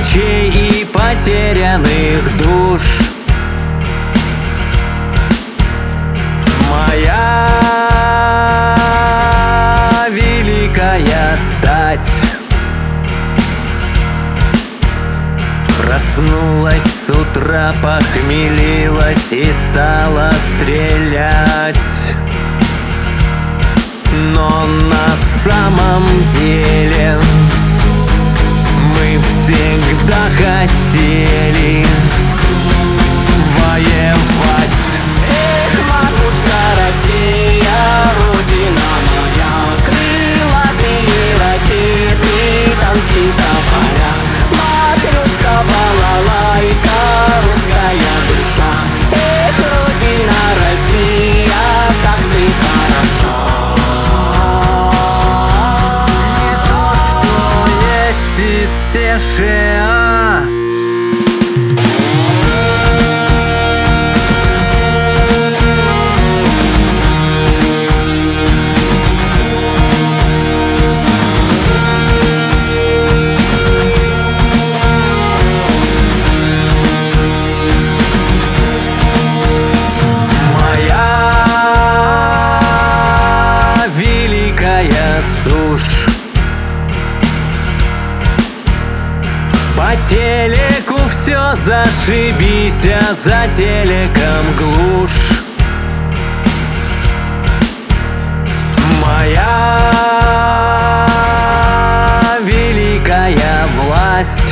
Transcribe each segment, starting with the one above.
мечей и потерянных душ. Моя великая стать проснулась с утра, похмелилась и стала стрелять. Но на самом деле мы всегда хотели воевать. Эх, матушка Россия, родина моя, крылатые ракеты, танки, тополя, матрешка балалайка, русская душа. Эх, родина Россия, как ты хороша. Не то, что эти США. Сушь. По телеку все зашибись, а за телеком глушь. Моя великая власть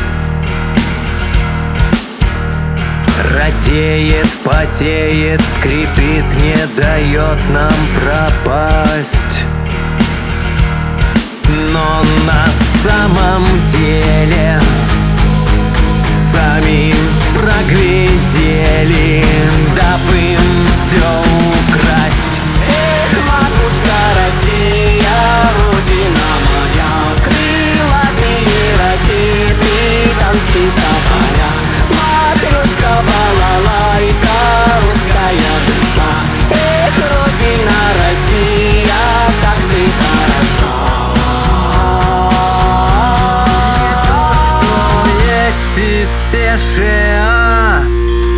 радеет, потеет, скрипит, не дает нам пропасть. Но на самом деле сами проглядели, дав им все украсть. Эх, матушка Россия, родина моя, крылатые ракеты, танки, тополя, матрешка балалайка, русская душа. Эх, родина Россия, как ты хороша. США.